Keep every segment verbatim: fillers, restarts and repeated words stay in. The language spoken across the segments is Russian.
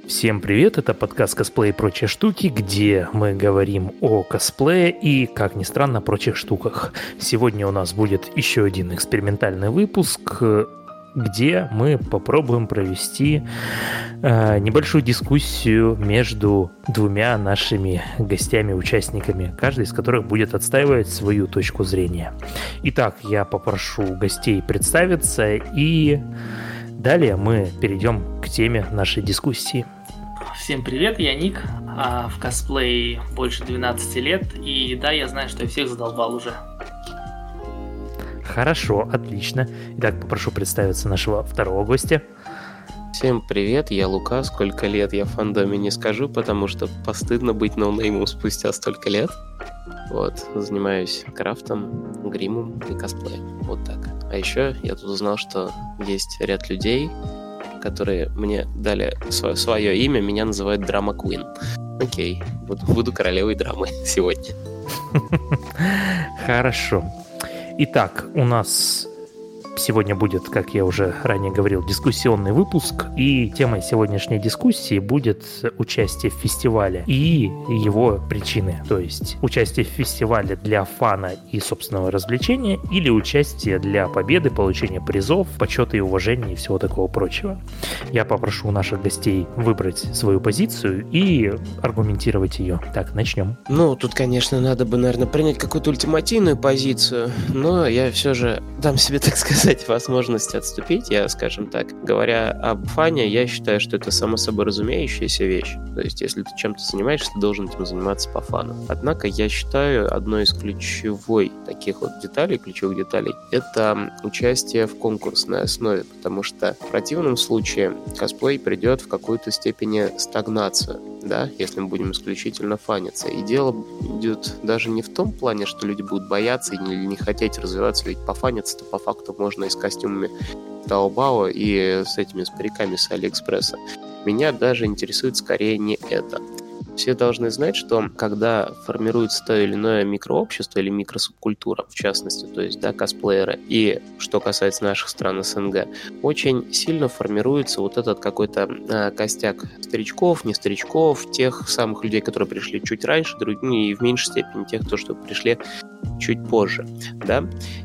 Всем привет, это подкаст «Косплей и прочие штуки», где мы говорим о косплее и, как ни странно, прочих штуках. Сегодня у нас будет еще один экспериментальный выпуск, где мы попробуем провести э, небольшую дискуссию между двумя нашими гостями-участниками, каждый из которых будет отстаивать свою точку зрения. Итак, я попрошу гостей представиться, и далее мы перейдем к теме нашей дискуссии. Всем привет, я Ник, а в косплее больше двенадцати лет, и да, я знаю, что я всех задолбал уже. Хорошо, отлично. Итак, попрошу представиться нашего второго гостя. Всем привет, я Лука. Сколько лет я в фандоме не скажу, потому что постыдно быть ноунеймом спустя столько лет. Вот, занимаюсь крафтом, гримом и косплеем. Вот так. А еще я тут узнал, что есть ряд людей, которые мне дали свое, свое имя, меня называют Драма Квин. Окей, буду, буду королевой драмы сегодня. Хорошо. Итак, у нас сегодня будет, как я уже ранее говорил, дискуссионный выпуск, и темой сегодняшней дискуссии будет участие в фестивале и его причины, то есть участие в фестивале для фана и собственного развлечения или участие для победы, получения призов, почета и уважения и всего такого прочего. Я попрошу наших гостей выбрать свою позицию и аргументировать ее. Так, начнем. Ну, тут, конечно, надо бы, наверное, принять какую-то ультимативную позицию, но я все же дам себе, так сказать, возможность отступить. Я, скажем так, говоря об фане, я считаю, что это само собой разумеющаяся вещь. То есть, если ты чем-то занимаешься, ты должен этим заниматься по фану. Однако, я считаю, одной из ключевой таких вот деталей, ключевых деталей, это участие в конкурсной основе, потому что в противном случае косплей придет в какую-то степени стагнацию, да, если мы будем исключительно фаниться. И дело идет даже не в том плане, что люди будут бояться или не хотеть развиваться, ведь пофаниться-то по факту можно и с костюмами Таобао, и с этими с париками с Алиэкспресса. Меня даже интересует скорее не это. Все должны знать, что когда формируется то или иное микрообщество или микросубкультура, в частности, то есть, да, косплееры, и что касается наших стран СНГ, очень сильно формируется вот этот какой-то э, костяк старичков, не старичков, тех самых людей, которые пришли чуть раньше, другие, и в меньшей степени тех, кто что пришли чуть позже, да,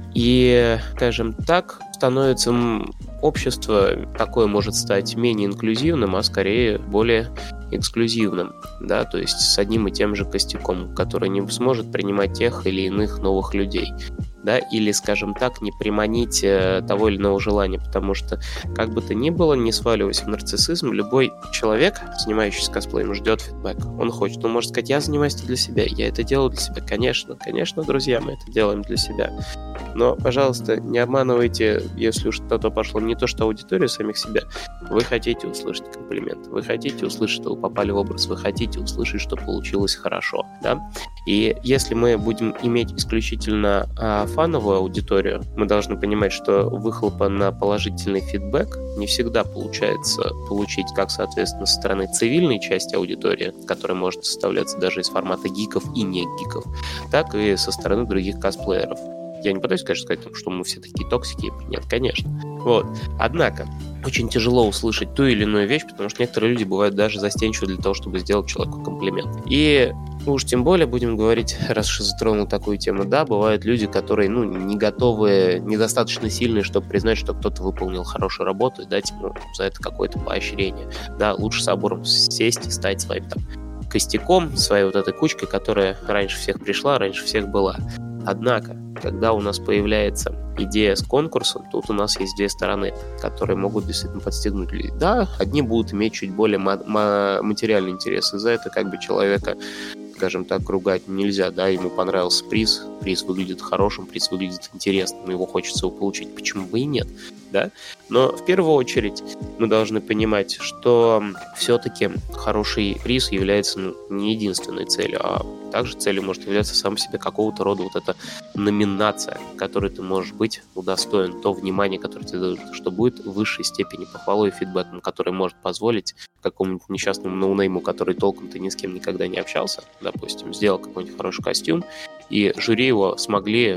и, скажем так, становится общество такое может стать менее инклюзивным, а скорее более эксклюзивным, да, то есть с одним и тем же костяком, который не сможет принимать тех или иных новых людей, да, или, скажем так, не приманить э, того или иного желания, потому что, как бы то ни было, не сваливаясь в нарциссизм, любой человек, занимающийся косплеем, ждет фидбэк. Он хочет, он может сказать, я занимаюсь для себя, я это делаю для себя. Конечно, конечно, друзья, мы это делаем для себя. Но, пожалуйста, не обманывайте, если уж что-то пошло не то, что аудиторию самих себя. Вы хотите услышать комплимент, вы хотите услышать, что вы попали в образ, вы хотите услышать, что получилось хорошо, да? И если мы будем иметь исключительно а, фановую аудиторию, мы должны понимать, что выхлопа на положительный фидбэк не всегда получается получить как, соответственно, со стороны цивильной части аудитории, которая может составляться даже из формата гиков и не гиков, так и со стороны других косплееров. Я не пытаюсь, конечно, сказать, что мы все такие токсики. Нет, конечно. Вот. Однако, очень тяжело услышать ту или иную вещь, потому что некоторые люди бывают даже застенчивы для того, чтобы сделать человеку комплимент. И уж тем более будем говорить, раз уж затронул такую тему, да, бывают люди, которые, ну, не готовы, недостаточно сильные, чтобы признать, что кто-то выполнил хорошую работу и дать ему за это какое-то поощрение. Да, лучше собором сесть и стать своим там костяком, своей вот этой кучкой, которая раньше всех пришла, раньше всех была. Однако, когда у нас появляется идея с конкурсом, тут у нас есть две стороны, которые могут действительно подстегнуть людей. Да, одни будут иметь чуть более ма- ма- материальный интерес, и за это как бы человека, скажем так, ругать нельзя, да, ему понравился приз, приз выглядит хорошим, приз выглядит интересным, его хочется его получить, почему бы и нет, да? Но в первую очередь мы должны понимать, что все-таки хороший приз является, ну, не единственной целью, а также целью может являться сам по себе какого-то рода вот эта номинация, которой ты можешь быть удостоен, то внимание, которое тебе дают, что будет в высшей степени похвалой и фидбэком, который может позволить какому-нибудь несчастному ноунейму, который толком-то ни с кем никогда не общался, допустим, сделал какой-нибудь хороший костюм, и жюри его смогли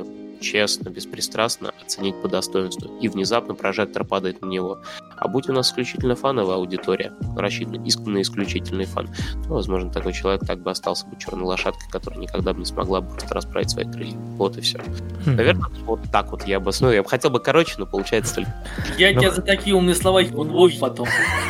честно, беспристрастно оценить по достоинству. И внезапно прожектор падает на него. А будь у нас исключительно фановая аудитория, рассчитана на исключительный фан, то, возможно, такой человек так бы остался бы черной лошадкой, которая никогда бы не смогла бы просто расправить свои крылья. Вот и все. Mm-hmm. Наверное, вот так вот я обосную. Я бы хотел бы короче, но получается только... Я но... тебя за такие умные слова ой потом.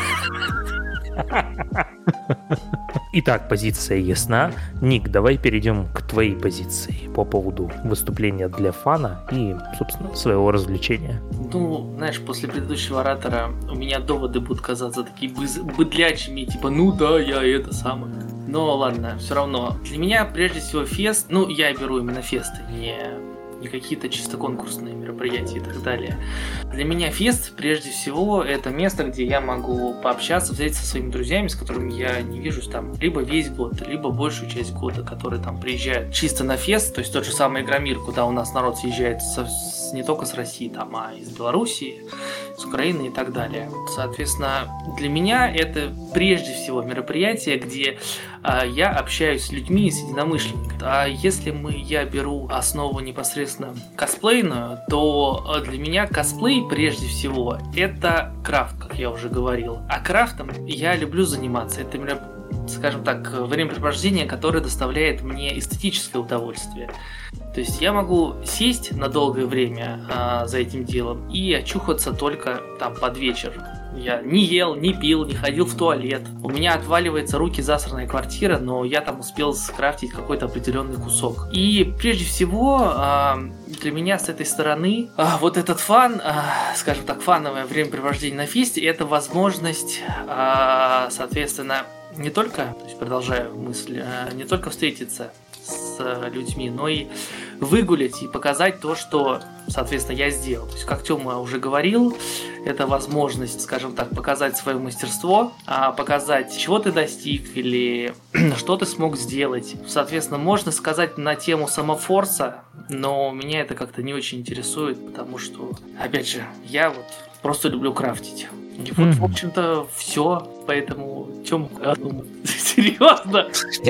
Итак, позиция ясна. Ник, давай перейдем к твоей позиции по поводу выступления для фана и, собственно, своего развлечения. Ну, знаешь, после предыдущего оратора у меня доводы будут казаться такие быз- быдлячими, типа, ну да, я это самое. Но ладно, все равно. Для меня, прежде всего, фест, ну, я беру именно фесты, не... не какие-то чисто конкурсные мероприятия и так далее. Для меня фест, прежде всего, это место, где я могу пообщаться, встретиться со своими друзьями, с которыми я не вижусь там либо весь год, либо большую часть года, которые там приезжают чисто на фест, то есть тот же самый Игромир, куда у нас народ съезжает со, с, не только с России, там, а из Белоруссии, с Украины и так далее. Соответственно, для меня это прежде всего мероприятие, где а, я общаюсь с людьми, с единомышленниками. А если мы, я беру основу непосредственно косплейную, то для меня косплей прежде всего это крафт, как я уже говорил. А крафтом я люблю заниматься. Это, скажем так, времяпрепровождение, которое доставляет мне эстетическое удовольствие. То есть я могу сесть на долгое время а, за этим делом и очухаться только там под вечер. Я не ел, не пил, не ходил в туалет. У меня отваливается руки засранная квартира, но я там успел скрафтить какой-то определенный кусок. И прежде всего для меня с этой стороны вот этот фан, скажем так, фановое времяпрепровождение на фесте, это возможность, соответственно, не только, то есть продолжаю мысль, не только встретиться с людьми, но и выгулять и показать то, что, соответственно, я сделал. То есть, как Тёма уже говорил, это возможность, скажем так, показать свое мастерство, показать, чего ты достиг или что ты смог сделать. Соответственно, можно сказать на тему самофорса, но меня это как-то не очень интересует, потому что, опять же, я вот просто люблю крафтить. И вот, mm-hmm. в общем-то, все. Поэтому, Тёма, я думаю, серьезно?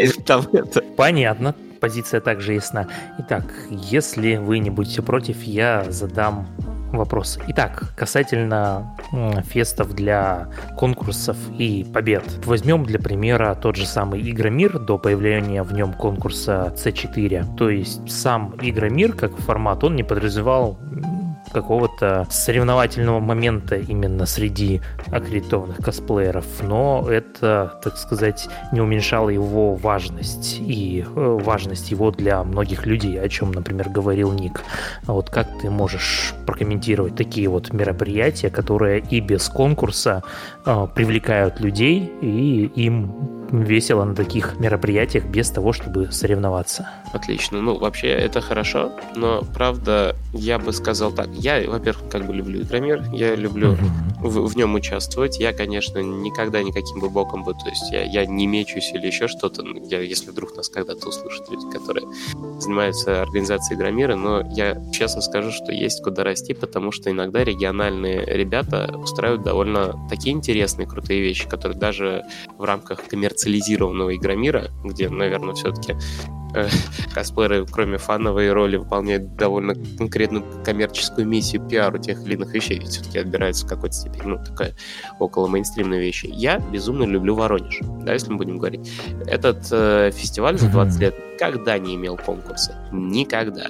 Понятно. Позиция также ясна. Итак, если вы не будете против, я задам вопросы. Итак, касательно фестов для конкурсов и побед. Возьмем для примера тот же самый Игромир до появления в нем конкурса си четыре. То есть сам Игромир, как формат, он не подразумевал какого-то соревновательного момента именно среди аккредитованных косплееров, но это, так сказать, не уменьшало его важность и э, важность его для многих людей, о чем, например, говорил Ник. А вот как ты можешь прокомментировать такие вот мероприятия, которые и без конкурса э, привлекают людей, и им весело на таких мероприятиях без того, чтобы соревноваться? Отлично. Ну, вообще, это хорошо, но, правда, я бы сказал так. Я, во-первых, как бы люблю Игромир, я люблю mm-hmm. в, в нем участвовать. Я, конечно, никогда никаким бы боком бы, то есть я, я не мечусь или еще что-то, я, если вдруг нас когда-то услышат люди, которые занимаются организацией Игромира, но я честно скажу, что есть куда расти, потому что иногда региональные ребята устраивают довольно такие интересные, крутые вещи, которые даже в рамках коммерциализированного Игромира, где, наверное, все-таки э, косплееры, кроме фановой роли, выполняют довольно конкретную коммерческую миссию, пиару тех или иных вещей, ведь все-таки отбираются в какой-то степени, ну, такая около мейнстримная вещь. Я безумно люблю Воронеж, да, если мы будем говорить. Этот э, фестиваль за двадцать лет никогда не имел конкурса. Никогда.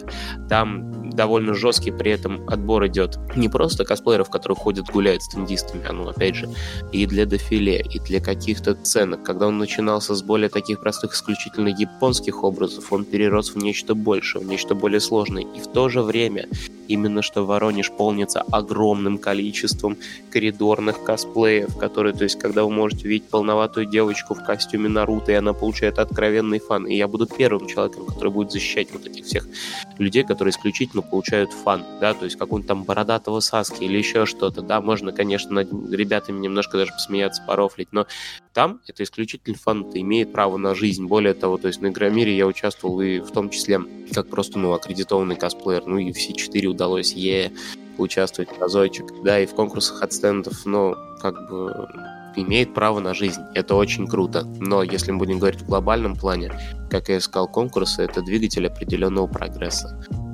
Там довольно жесткий при этом отбор идет не просто косплееров, которые ходят, гуляют с стендистами, а, ну, опять же, и для дефиле, и для каких-то сценок. Когда он начинался с более таких простых, исключительно японских образов, он перерос в нечто большее, в нечто более сложное. И в то же время именно что Воронеж полнится огромным количеством коридорных косплеев, которые, то есть, когда вы можете видеть полноватую девочку в костюме Наруто, и она получает откровенный фан. И я буду первым человеком, который будет защищать вот этих всех людей, которые исключительно получают фан, да, то есть какого-нибудь там бородатого Саски или еще что-то, да, можно, конечно, над ребятами немножко даже посмеяться, порофлить, но там это исключительно фан, это имеет право на жизнь. Более того, то есть на Игромире я участвовал и в том числе как просто, ну, аккредитованный косплеер, ну и в си четыре удалось е поучаствовать разочек, да, и в конкурсах от стендов, но как бы имеет право на жизнь. Это очень круто. Но если мы будем говорить в глобальном плане, как я сказал, конкурсы — это двигатель определенного прогресса.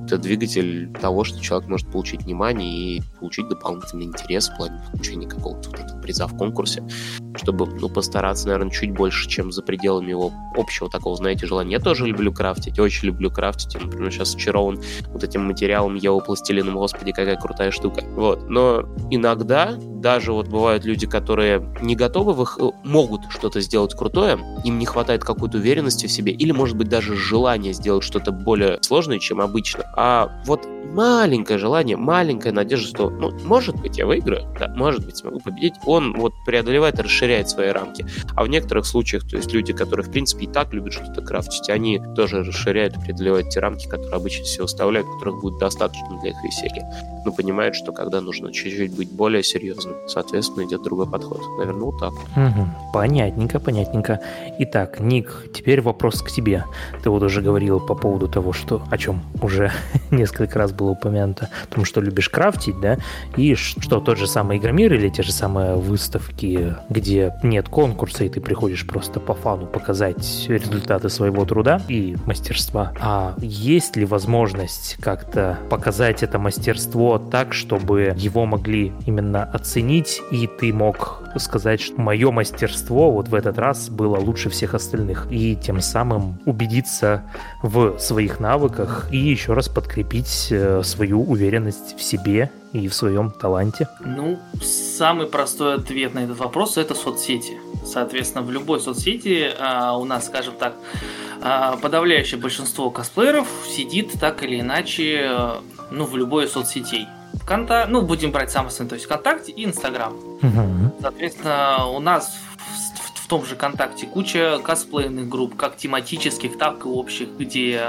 это двигатель того, что человек может получить внимание и получить дополнительный интерес в плане получения какого-то вот этого приза в конкурсе, чтобы, ну, постараться, наверное, чуть больше, чем за пределами его общего такого, знаете, желания. Я тоже люблю крафтить, очень люблю крафтить. Я, например, сейчас очарован вот этим материалом, его пластилином, господи, какая крутая штука. Вот. Но иногда даже вот бывают люди, которые не готовы, в их, могут что-то сделать крутое, им не хватает какой-то уверенности в себе, или, может быть, даже желания сделать что-то более сложное, чем обычно. А вот маленькое желание, маленькая надежда, что, ну, может быть, я выиграю, да, может быть, смогу победить, он вот преодолевает и расширяет свои рамки. А в некоторых случаях, то есть люди, которые, в принципе, и так любят что-то крафтить, они тоже расширяют и преодолевают те рамки, которые обычно себе выставляют, которых будет достаточно для их веселья. Но понимают, что когда нужно чуть-чуть быть более серьезным, соответственно, идет другой подход. Наверное, вот так. Угу. Понятненько, понятненько. Итак, Ник, теперь вопрос к тебе. Ты вот уже говорил по поводу того, что, о чем уже несколько раз было упомянуто, о том, что любишь крафтить, да, и что тот же самый Игромир или те же самые выставки, где нет конкурса, и ты приходишь просто по фану показать результаты своего труда и мастерства. А есть ли возможность как-то показать это мастерство так, чтобы его могли именно оценить, и ты мог сказать, что мое мастерство вот в этот раз было лучше всех остальных, и тем самым убедиться в своих навыках и еще раз подкрепить свою уверенность в себе и в своем таланте? Ну, самый простой ответ на этот вопрос – это соцсети. Соответственно, в любой соцсети а, у нас, скажем так, а, подавляющее большинство косплееров сидит так или иначе, а, ну, в любой соцсети. Вконта... Ну, будем брать самое основное, то есть ВКонтакте и Инстаграм. Угу. Соответственно, у нас в, в, в том же ВКонтакте куча косплейных групп, как тематических, так и общих, где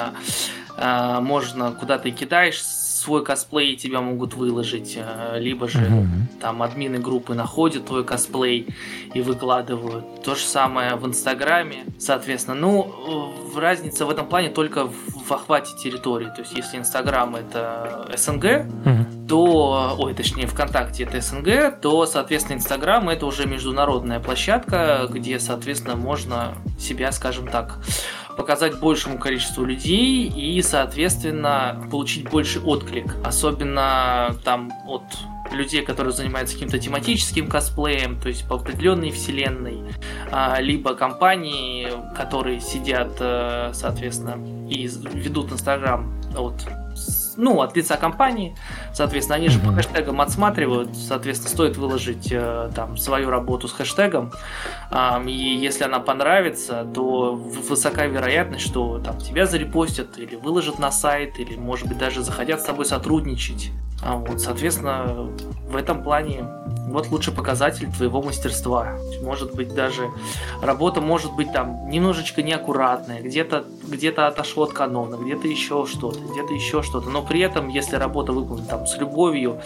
а, можно куда ты кидаешь свой косплей, тебя могут выложить, либо же uh-huh. там админы группы находят твой косплей и выкладывают. То же самое в Инстаграме, соответственно. Ну, разница в этом плане только в, в охвате территории. То есть, если Инстаграм это СНГ, uh-huh. то, ой, точнее, ВКонтакте это СНГ, то, соответственно, Инстаграм это уже международная площадка, где, соответственно, можно себя, скажем так, показать большему количеству людей и, соответственно, получить больше отклик. Особенно там от людей, которые занимаются каким-то тематическим косплеем, то есть по определенной вселенной, либо компании, которые сидят, соответственно, и ведут Инстаграм от ну, от лица компании, соответственно, они же mm-hmm. по хэштегам отсматривают, соответственно, стоит выложить э, там свою работу с хэштегом, э, и если она понравится, то высока вероятность, что там тебя зарепостят или выложат на сайт, или, может быть, даже захотят с тобой сотрудничать. А вот, соответственно, в этом плане вот лучший показатель твоего мастерства. Может быть, даже работа может быть там немножечко неаккуратная, где-то, где-то отошло от канона, где-то еще что-то, где-то еще что-то. Но при этом, если работа выполнена там с любовью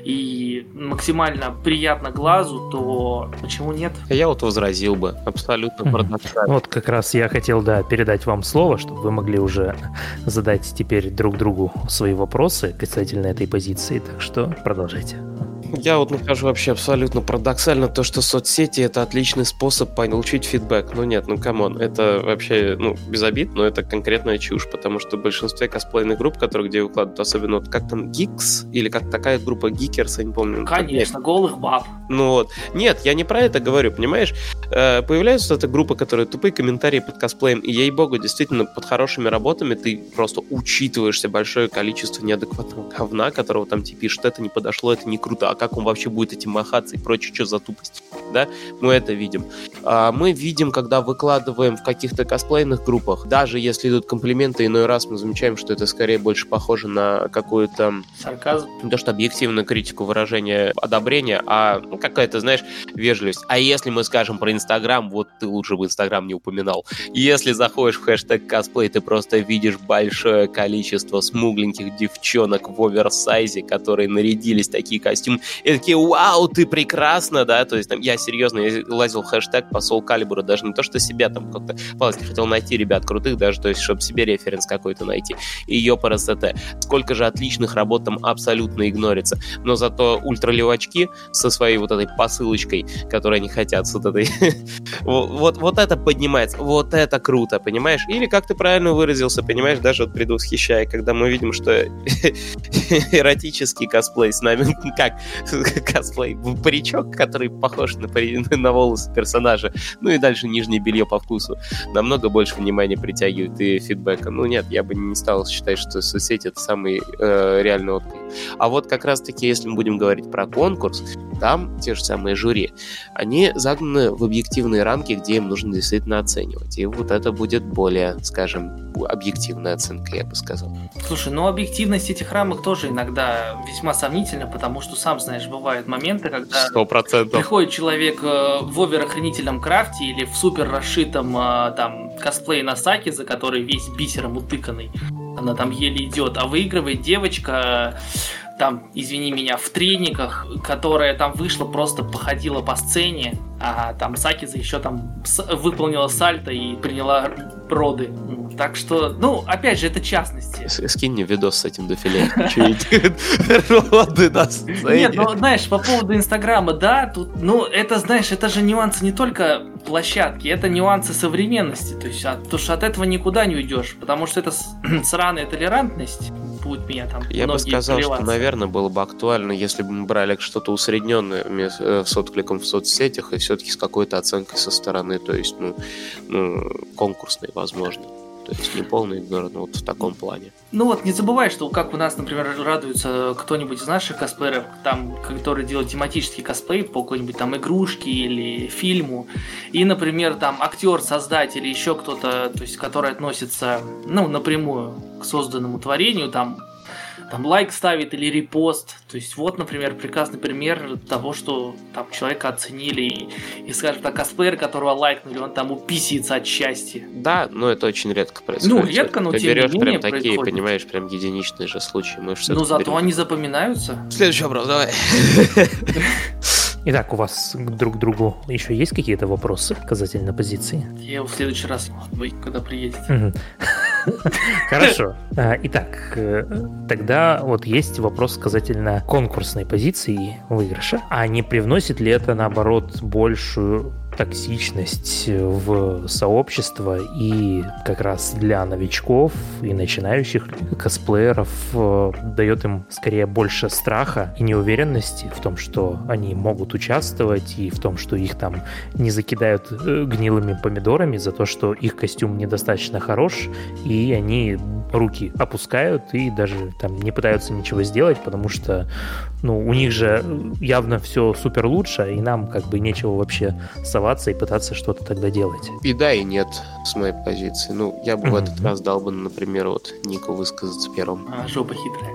и максимально приятно глазу, то почему нет? Я вот возразил бы. Абсолютно парадоксально. Вот как раз я хотел, да, передать вам слово, чтобы вы могли уже задать теперь друг другу свои вопросы касательно этой позиции. Так что продолжайте. Я вот нахожу вообще абсолютно парадоксально то, что соцсети — это отличный способ получить фидбэк. Ну нет, ну камон, это вообще, ну, без обид, но это конкретная чушь, потому что в большинстве косплейных групп, которые где выкладывают, особенно вот как там Geeks, или как такая группа Geekers, я не помню. Конечно, голых баб. Ну вот. Нет, я не про это говорю, понимаешь? Появляются вот эта группа, которые тупые комментарии под косплеем, и ей-богу, действительно, под хорошими работами ты просто учитываешься большое количество неадекватного говна, которого там тебе пишут, это не подошло, это не круто, а как он вообще будет этим махаться и прочее, что за тупость, да, мы это видим. А мы видим, когда выкладываем в каких-то косплейных группах, даже если идут комплименты, иной раз мы замечаем, что это скорее больше похоже на какую-то... Сарказм. Не то, что объективную критику, выражение одобрения, а ну, какая-то, знаешь, вежливость. А если мы скажем про Инстаграм, вот ты лучше бы Инстаграм не упоминал. Если заходишь в хэштег косплей, ты просто видишь большое количество смугленьких девчонок в оверсайзе, которые нарядились в такие костюмы. и такие, вау, ты прекрасна, да, то есть там я серьезно, я лазил в хэштег по Soul Calibur, даже не то, что себя там как-то полазить, хотел найти ребят крутых даже, то есть, чтобы себе референс какой-то найти, и ее по РСТ. Сколько же отличных работ там абсолютно игнорится, но зато ультралевачки со своей вот этой посылочкой, которую они хотят, с вот этой, вот, вот это поднимается, вот это круто, понимаешь? Или, как ты правильно выразился, понимаешь, даже вот предвосхищая, когда мы видим, что эротический косплей с нами, как косплей, паричок, который похож на, на волосы персонажа, ну и дальше нижнее белье по вкусу, намного больше внимания притягивает и фидбэка. Ну нет, я бы не стал считать, что соцсети — это самый э, реальный отклик. А вот как раз-таки, если мы будем говорить про конкурс, там те же самые жюри, они загнаны в объективные рамки, где им нужно действительно оценивать. И вот это будет более, скажем, объективная оценка, я бы сказал. Слушай, ну объективность этих рамок тоже иногда весьма сомнительна, потому что, сам знаешь, бывают моменты, когда сто процентов приходит человек в оверохранительном крафте или в супер расшитом там косплее Насаки, за который весь бисером утыканный, она там еле идет, а выигрывает девочка, там, извини меня, в трениках, которая там вышла, просто походила по сцене, а там Сакиза еще там выполнила сальто и приняла роды. Так что, ну, опять же, это частности. Скинь мне видос с этим дефиле. Роды на сцене. Нет, ну, знаешь, по поводу Инстаграма, да, тут, ну, это, знаешь, это же нюансы не только площадки, это нюансы современности, то есть, потому что от этого никуда не уйдешь, потому что это сраная толерантность, будет меня там я бы сказал, плеваться. Что, наверное, было бы актуально, если бы мы брали что-то усредненное с откликом в соцсетях и все-таки с какой-то оценкой со стороны, то есть, ну, ну конкурсной, возможно. То есть не полный игнор, но вот в таком плане. Ну вот, не забывай, что как у нас, например, радуется кто-нибудь из наших косплееров, там, который делает тематический косплей по какой-нибудь там игрушке или фильму, и, например, там актер, создатель или еще кто-то, то есть, который относится, ну, напрямую к созданному творению, там, там лайк ставит или репост. То есть вот, например, прекрасный пример того, что там человека оценили и, и скажем так, косплеер, которого лайкнули, он там уписится от счастья. Да, но это очень редко происходит. Ну, редко, но ты тем не менее прям происходит. Такие, понимаешь, прям единичные же случаи. Мы ну, зато берем. Они запоминаются. Следующий вопрос, давай. Итак, у вас друг к другу еще есть какие-то вопросы касательно позиции? Я его в следующий раз, когда приедете. Хорошо. Итак, тогда вот есть вопрос касательно конкурсной позиции выигрыша. А не привносит ли это, наоборот, большую токсичность в сообщество и как раз для новичков и начинающих косплееров дает им скорее больше страха и неуверенности в том, что они могут участвовать, и в том, что их там не закидают гнилыми помидорами за то, что их костюм недостаточно хорош, и они руки опускают и даже там не пытаются ничего сделать, потому что ну, у них же явно все супер лучше, и нам как бы нечего вообще соваться и пытаться что-то тогда делать. И да, и нет, с моей позиции. Ну, я бы mm-hmm. в этот раз дал бы, например, вот Нику высказаться первым. А, жопа хитрая.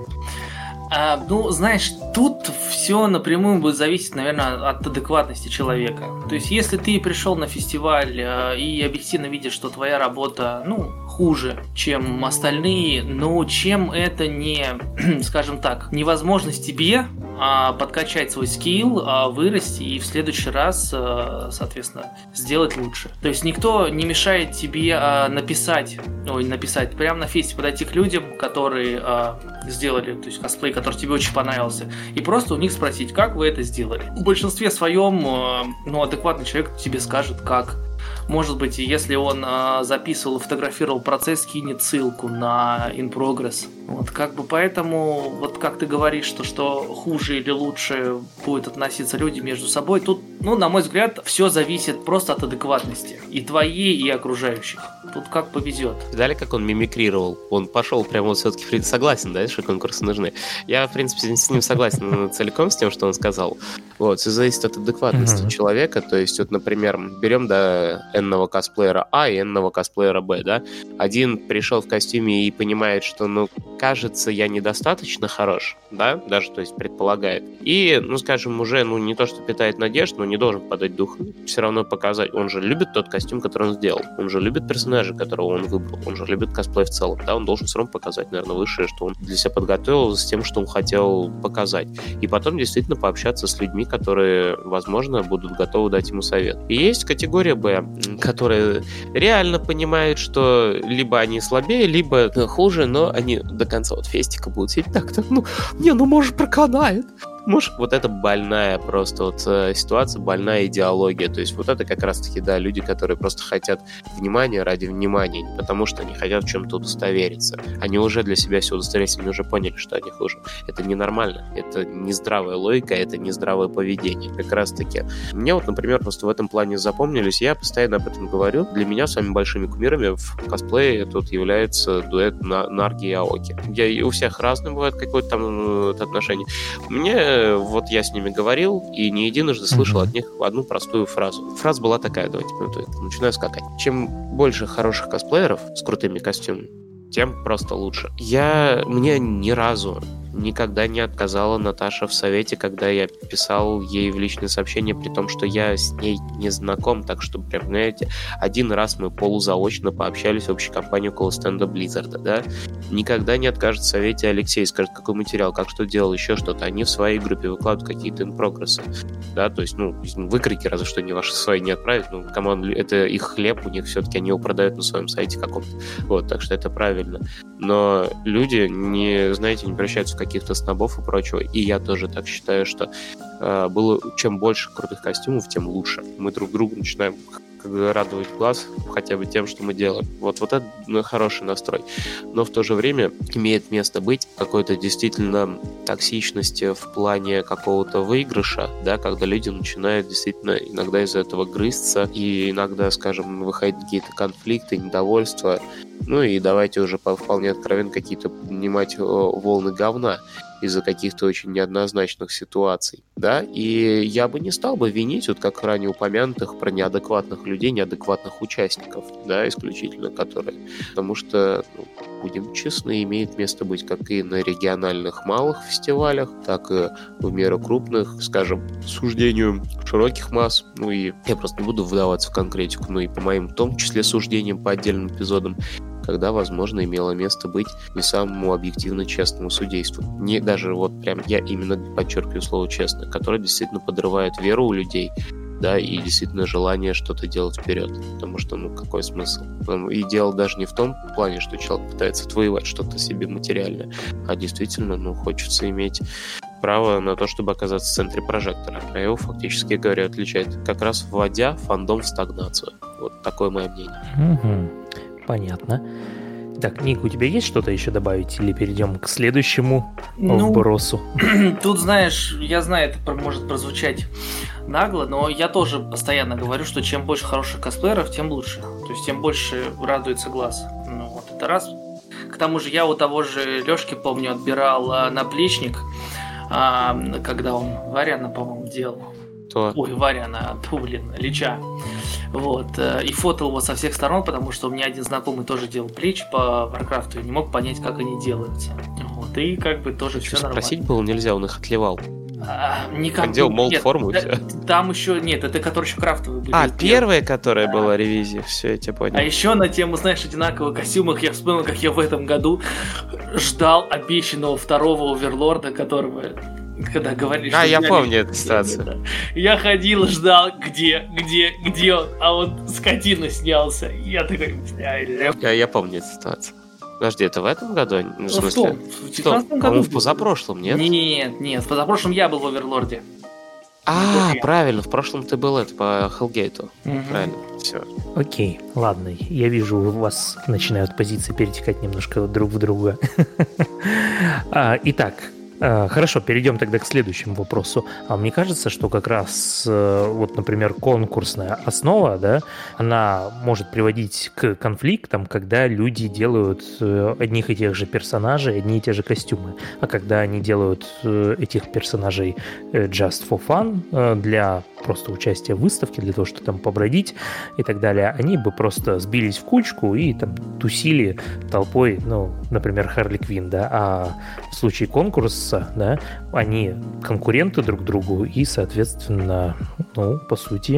А, ну, знаешь, тут все напрямую будет зависеть, наверное, от адекватности человека. То есть, если ты пришел на фестиваль э, и объективно видишь, что твоя работа, ну, хуже, чем остальные, но чем это не, скажем так, невозможность тебе а, подкачать свой скилл, а, вырасти и в следующий раз, а, соответственно, сделать лучше. То есть, никто не мешает тебе а, написать, ой, написать, прямо на фесте подойти к людям, которые а, сделали, то есть, косплей, который тебе очень понравился, и просто у них спросить, как вы это сделали. В большинстве своем, ну, адекватный человек тебе скажет, как. Может быть, если он э, записывал и фотографировал процесс, кинет ссылку на In Progress. Вот, как бы поэтому, вот как ты говоришь, что, что хуже или лучше будет относиться люди между собой, тут, ну, на мой взгляд, все зависит просто от адекватности. И твоей, и окружающих. Тут как повезет. Видали, как он мимикрировал? Он пошел прямо вот все-таки согласен, да, что конкурсы нужны. Я, в принципе, с ним согласен целиком с тем, что он сказал. Вот, все зависит от адекватности mm-hmm. человека. То есть, вот, например, берем, да, энного косплеера А и энного косплеера Б, да. Один пришел в костюме и понимает, что, ну, кажется, я недостаточно хорош, да, даже, то есть, предполагает. И, ну, скажем, уже, ну, не то, что питает надежду, но не должен подать дух, все равно показать. Он же любит тот костюм, который он сделал. Он же любит персонажа, которого он выбрал. Он же любит косплей в целом. Да, он должен все равно показать, наверное, высшее, что он для себя подготовил с тем, что он хотел показать. И потом действительно пообщаться с людьми, которые, возможно, будут готовы дать ему совет. И есть категория Б, которые реально понимают, что либо они слабее, либо хуже, но они до конца вот фестика будут сидеть так-то, ну, не, ну, может, проканает. Может, вот это больная просто вот э, ситуация, больная идеология. То есть вот это как раз-таки, да, люди, которые просто хотят внимания ради внимания, не потому что они хотят в чем-то удостовериться. Они уже для себя все удостоверились, они уже поняли, что они хуже. Это ненормально, это нездравая логика, это нездравое поведение. Как раз-таки. Мне вот, например, просто в этом плане запомнились, я постоянно об этом говорю, для меня самыми большими кумирами в косплее тут является дуэт Нарги и Аоки. Я, и у всех разные бывает какое-то там отношение. Мне вот я с ними говорил и не единожды слышал mm-hmm. от них одну простую фразу. Фраза была такая, давайте начинаю скакать. Чем больше хороших косплееров с крутыми костюмами, тем просто лучше. Я, мне ни разу никогда не отказала Наташа в совете, когда я писал ей в личные сообщения, при том, что я с ней не знаком, так что, прям, знаете, один раз мы полузаочно пообщались в общей компании около стенда Blizzard, да, никогда не откажет в совете Алексей, скажет, какой материал, как что делал, еще что-то. Они в своей группе выкладывают какие-то инпрогрессы, да, то есть, ну, выкрики разве что не ваши свои не отправить, ну, команд, это их хлеб, у них все-таки они его продают на своем сайте каком-то, вот, так что это правильно. Но люди не, знаете, не превращаются в каких-то снобов и прочего. И я тоже так считаю, что э, было чем больше крутых костюмов, тем лучше. Мы друг другу начинаем радовать глаз хотя бы тем, что мы делаем. Вот, вот это ну, хороший настрой. Но в то же время имеет место быть какой-то действительно токсичности в плане какого-то выигрыша, да, когда люди начинают действительно иногда из-за этого грызться и иногда, скажем, выходят какие-то конфликты, недовольства. Ну и давайте уже вполне откровенно какие-то поднимать волны говна из-за каких-то очень неоднозначных ситуаций, да, и я бы не стал бы винить, вот как ранее упомянутых, про неадекватных людей, неадекватных участников, да, исключительно, которые, потому что, ну, будем честны, имеет место быть как и на региональных малых фестивалях, так и в меру крупных, скажем, суждению широких масс, ну и я просто не буду вдаваться в конкретику, ну и по моим, в том числе, суждениям по отдельным эпизодам, когда, возможно, имело место быть не самому объективно честному судейству. Не даже вот прям я именно подчеркиваю слово «честно», которое действительно подрывает веру у людей, да, и действительно желание что-то делать вперед. Потому что, ну, какой смысл? И дело даже не в том плане, что человек пытается отвоевать что-то себе материальное, а действительно, ну, хочется иметь право на то, чтобы оказаться в центре прожектора. А его, фактически говоря, отличает как раз вводя фандом в стагнацию. Вот такое мое мнение. Угу. Понятно. Так, Ник, у тебя есть что-то еще добавить или перейдем к следующему ну, вбросу? Тут, знаешь, я знаю, это может прозвучать нагло, но я тоже постоянно говорю, что чем больше хороших косплееров, тем лучше. То есть тем больше радуется глаз. Ну, вот это раз. К тому же я у того же Лёшки, помню, отбирал а, наплечник, а, когда он Варяна, по-моему, делал. Кто? Ой, Варяна, тьфу, блин, Лича. Вот, и фотал его со всех сторон, потому что у меня один знакомый тоже делал плечи по Варкрафту и не мог понять, как они делаются. Вот, и как бы тоже все нормально. Спросить было нельзя, он их отливал. А, никак, он делал молд-форму да, и все. Там еще, нет, это который еще крафтовый был. А, первая, которая да. была ревизия, все, я тебя понял. А еще на тему, знаешь, одинаковых костюмах я вспомнил, как я в этом году ждал обещанного второго оверлорда, которого... Когда говорили, а, что я взяли... помню эту ситуацию. Да. Я ходил, ждал, где, где, где он, а он скотина снялся. И я такой, бля, я, я помню эту ситуацию. Подожди, это в этом году? Ну, в смысле? В том, в девятнадцатом году. По-моему, в позапрошлом, нет? Нет, нет, в позапрошлом я был в Оверлорде. А, правильно, в прошлом ты был это по Hellgate. Угу. Правильно, все. Окей, ладно, я вижу, у вас начинают позиции перетекать немножко друг в друга. Итак, хорошо, перейдем тогда к следующему вопросу. А мне кажется, что как раз, вот, например, конкурсная основа, да, она может приводить к конфликтам, когда люди делают одних и тех же персонажей, одни и те же костюмы. А когда они делают этих персонажей just for fun, для просто участие в выставке, для того, чтобы там побродить и так далее, они бы просто сбились в кучку и там тусили толпой, ну, например, Харли Квинн, да, а в случае конкурса, да, они конкуренты друг другу и, соответственно, ну, по сути,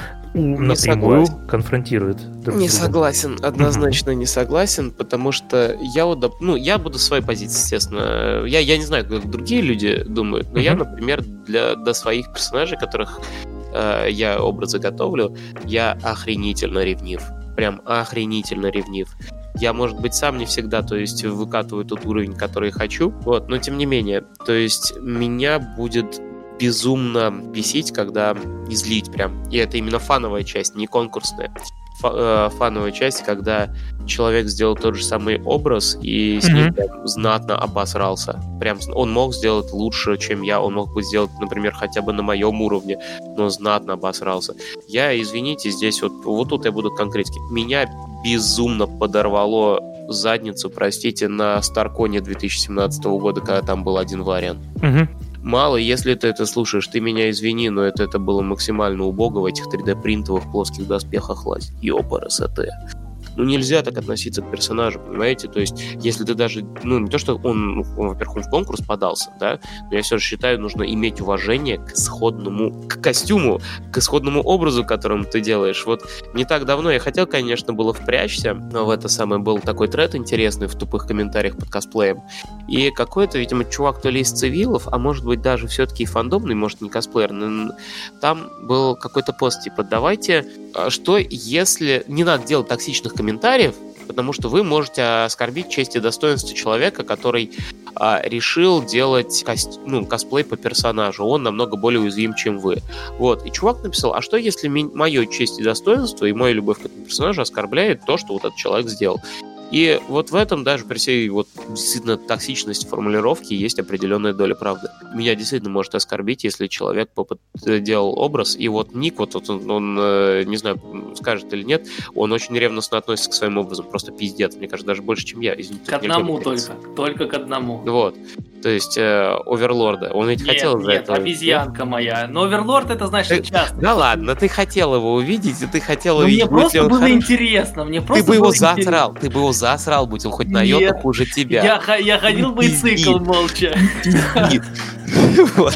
Не напрямую согласен. конфронтируют друг Не друга. согласен, однозначно не согласен, потому что я вот, доп- ну, я буду в своей позиции, естественно. Я, я не знаю, как другие люди думают, но я, Мгм. например, для, до своих персонажей, которых э, я образы готовлю, я охренительно ревнив. Прям охренительно ревнив. Я, может быть, сам не всегда, то есть, выкатываю тот уровень, который хочу, вот, но тем не менее, то есть, меня будет безумно бесить, когда излить прям. И это именно фановая часть, не конкурсная. Фа- э, фановая часть, когда человек сделал тот же самый образ и с ним Мгм. прям знатно обосрался. Прям с- он мог сделать лучше, чем я, он мог бы сделать, например, хотя бы на моем уровне, но знатно обосрался. Я, извините, здесь вот, вот тут я буду конкретики. Меня безумно подорвало задницу, простите, на Старконе две тысячи семнадцатого года, когда там был один вариант. Мгм. Мало, если ты это слушаешь, ты меня извини, но это, это было максимально убого в этих три дэ-принтовых плоских доспехах лазить. Ёпарасоте. Ну, нельзя так относиться к персонажу, понимаете? То есть, если ты даже... Ну, не то, что он, ну, он, во-первых, он в конкурс подался, да? Но я все же считаю, нужно иметь уважение к исходному... к костюму, к исходному образу, которым ты делаешь. Вот не так давно я хотел, конечно, было впрячься, но в это самое был такой тред интересный в тупых комментариях под косплеем. И какой-то, видимо, чувак то ли из цивилов, а может быть даже все-таки и фандомный, может не косплеер, но там был какой-то пост, типа, давайте, а что если... Не надо делать токсичных комментариев, потому что вы можете оскорбить честь и достоинство человека, который а, решил делать кост... ну, косплей по персонажу. Он намного более уязвим, чем вы. Вот. И чувак написал, а что если ми... мое честь и достоинство и моя любовь к этому персонажу оскорбляет то, что вот этот человек сделал? И вот в этом даже при всей вот действительно токсичности формулировки есть определенная доля правды. Меня действительно может оскорбить, если человек попыт... делал образ, и вот Ник, вот, вот он, он, не знаю, скажет или нет, он очень ревностно относится к своим образам, просто пиздец, мне кажется, даже больше, чем я. Извините, К одному только, только к одному. Вот. То есть э, Оверлорда. Он ведь Нет, хотел за нет, это... обезьянка моя. Но Оверлорд это, знаешь, Ты- часто. Да ладно, ты хотел его увидеть, и ты хотел Ну, увидеть, мне будет ли просто он было хорош. интересно, мне просто Ты бы его было интересно. засрал, ты бы его засрал, будь он хоть на Нет. йоту хуже тебя. Я, х- я ходил бы и Пиздит. цикл молча. Пиздит. Вот.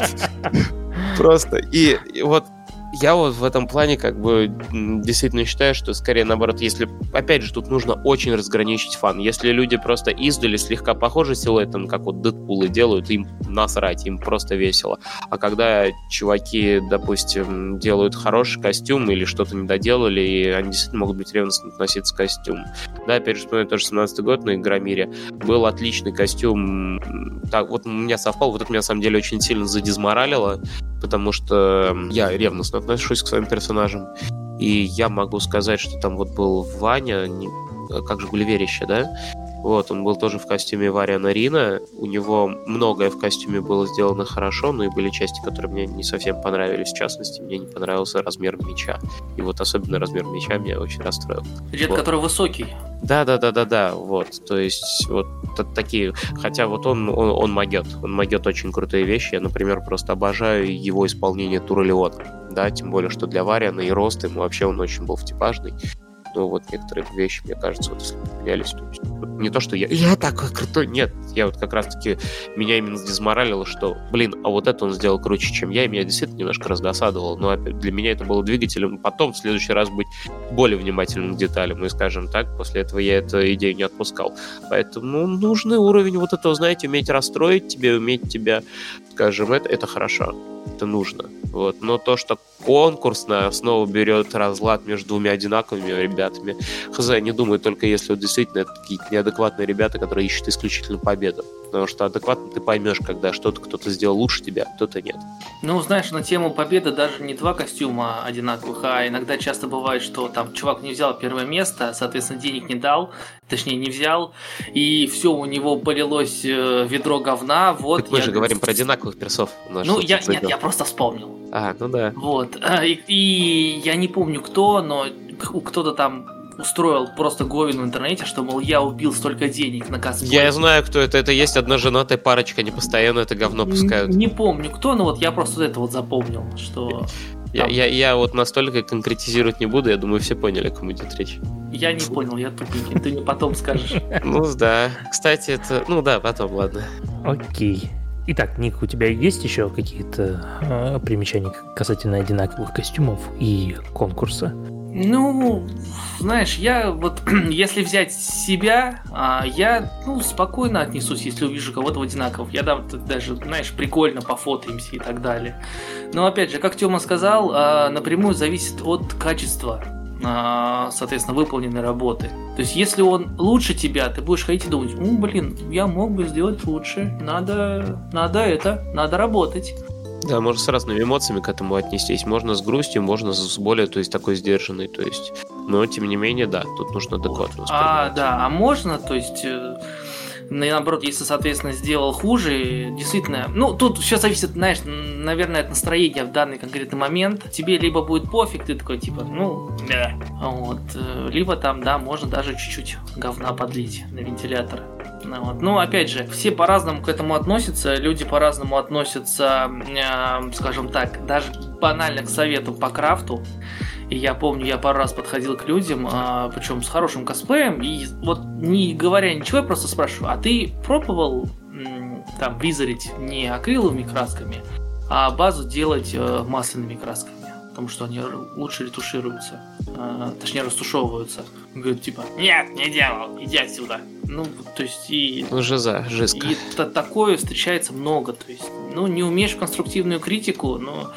Просто. И и вот я вот в этом плане как бы м, действительно считаю, что скорее наоборот, если, опять же, тут нужно очень разграничить фан. Если люди просто издали слегка похожи силуэтом, как вот Дэдпулы делают, им насрать, им просто весело. А когда чуваки, допустим, делают хороший костюм или что-то не доделали, и они действительно могут быть ревностно относиться к костюму. Да, опять же, вспоминаю тоже семнадцатый год на Игромире. Был отличный костюм. Так, вот у меня совпал, вот это меня на самом деле очень сильно задизморалило, потому что я ревностно отношусь к своим персонажам. И я могу сказать, что там вот был Ваня, не- как же Гулливерище, да? Вот, он был тоже в костюме Вариана Рина. У него многое в костюме было сделано хорошо, но и были части, которые мне не совсем понравились. В частности, мне не понравился размер меча. И вот особенно размер меча меня очень расстроил. Дед, Вот. который высокий. Да, да, да, да, да, вот, то есть вот т- такие, хотя вот он, он, он могет, он могет очень крутые вещи, я, например, просто обожаю его исполнение Туралиона, да, тем более, что для Вариана и роста ему вообще он очень был втипажный, но вот некоторые вещи, мне кажется, вот если бы поменялись, то есть, вот не то, что я, я такой крутой, нет, я вот как раз-таки, меня именно дезморалило, что, блин, а вот это он сделал круче, чем я, и меня действительно немножко раздосадовало, но опять, для меня это было двигателем, потом в следующий раз быть более внимательным к деталям, и, скажем так, после этого я эту идею не отпускал. Поэтому ну, нужный уровень вот этого, знаете, уметь расстроить тебя, уметь тебя, скажем, это, это хорошо, это нужно. Вот. Но то, что конкурсно снова берет разлад между двумя одинаковыми ребятами, хз, не думаю, только если вот действительно это какие-то неадекватные ребята, которые ищут исключительно победу. Потому что адекватно ты поймешь, когда что-то кто-то сделал лучше тебя, а кто-то нет. Ну, знаешь, на тему победы даже не два костюма одинаковых, а иногда часто бывает, что там чувак не взял первое место, соответственно, денег не дал, точнее, не взял, и все, у него полилось э, ведро говна, вот. Так мы я- же говорим про одинаковых персов. У нас Ну, что-то я, нет, зайдёт. я просто вспомнил. А, ну да. Вот. А, И, и я не помню кто, но к- кто-то там устроил просто говен в интернете, что, мол, я убил столько денег на косплей. Я знаю, кто это. Это есть одна женатая парочка, они постоянно это говно пускают. Не помню кто, но вот я просто это вот запомнил, что... Я, я, я вот настолько конкретизировать не буду, я думаю, все поняли, о ком идет речь. Я не понял, я тупенький, ты мне потом скажешь. Ну да, кстати, это... Ну да, потом, ладно. Окей. Итак, Ник, у тебя есть еще какие-то э, примечания касательно одинаковых костюмов и конкурса? Ну, знаешь, я вот, если взять себя, я, ну, спокойно отнесусь, если увижу кого-то в одинаковых. Я даже, знаешь, прикольно пофотаемся и так далее. Но, опять же, как Тёма сказал, напрямую зависит от качества, соответственно, выполненной работы. То есть, если он лучше тебя, ты будешь ходить и думать, ну, блин, я мог бы сделать лучше, надо, надо это, надо работать. Да, можно с разными эмоциями к этому отнестись. Можно с грустью, можно с более, то есть, такой сдержанной, то есть... Но, тем не менее, да, тут нужно адекватно воспринимать. А, да, а можно, то есть... Наоборот, если, соответственно, сделал хуже, действительно... Ну, тут все зависит, знаешь, наверное, от настроения в данный конкретный момент. Тебе либо будет пофиг, ты такой, типа, ну, да. Вот. Либо там, да, можно даже чуть-чуть говна подлить на вентилятор. Вот. Ну, опять же, все по-разному к этому относятся, люди по-разному относятся, э, скажем так, даже банально к совету по крафту. И я помню, я пару раз подходил к людям, э, причем с хорошим косплеем, и вот не говоря ничего, я просто спрашиваю, а ты пробовал м, там визорить не акриловыми красками, а базу делать э, масляными красками? Потому что они лучше ретушируются, э, точнее растушевываются. Говорят, типа, нет, не делал, иди отсюда. Ну, то есть и... Ну, жиза, жизка. И т- такое встречается много, то есть, ну, не умеешь в конструктивную критику, но,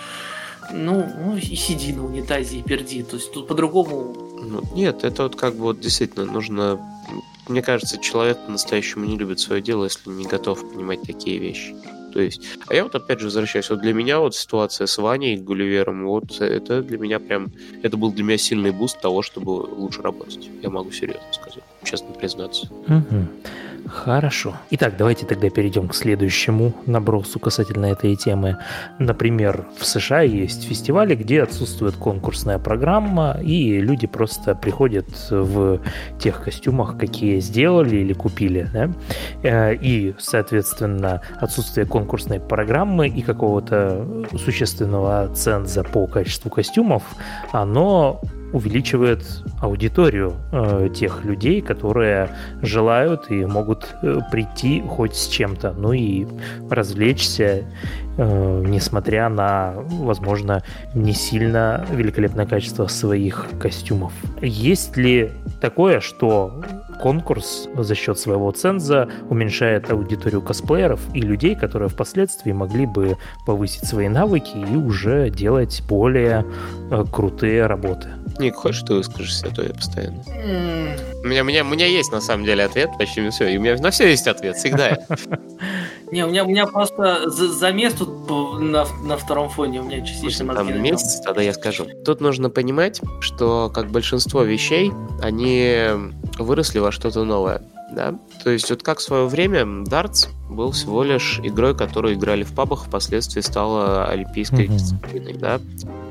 ну, ну, и сиди на унитазе и перди, то есть тут по-другому... Ну, нет, это вот как бы вот действительно нужно... Мне кажется, человек по-настоящему не любит свое дело, если не готов понимать такие вещи. То есть, а я вот опять же возвращаюсь, вот для меня вот ситуация с Ваней Гулливером, вот это для меня прям, это был для меня сильный буст того, чтобы лучше работать. Я могу серьезно сказать, честно признаться. Угу. Хорошо. Итак, давайте тогда перейдем к следующему набросу касательно этой темы. Например, в США есть фестивали, где отсутствует конкурсная программа, и люди просто приходят в тех костюмах, какие сделали или купили, да? И, соответственно, отсутствие конкурсной программы и какого-то существенного ценза по качеству костюмов, оно увеличивает аудиторию э, тех людей, которые желают и могут э, прийти хоть с чем-то, ну и развлечься, э, несмотря на, возможно, не сильно великолепное качество своих костюмов. Есть ли такое, что конкурс за счет своего ценза уменьшает аудиторию косплееров и людей, которые впоследствии могли бы повысить свои навыки и уже делать более э, крутые работы? Ник, хочешь, ты выскажешься, а то я постоянно. Mm. У, меня, у, меня, у меня есть, на самом деле, ответ, почти все. И у меня на все есть ответ, всегда. Не, у меня, у меня просто замес тут на, на втором фоне, у меня частично мозги. Там месяц, тогда я скажу. Тут нужно понимать, что, как большинство вещей, они выросли во что-то новое. Да? То есть, вот как в свое время Дартс был всего лишь игрой, которую играли в пабах, впоследствии стала олимпийской mm-hmm. дисциплиной, да?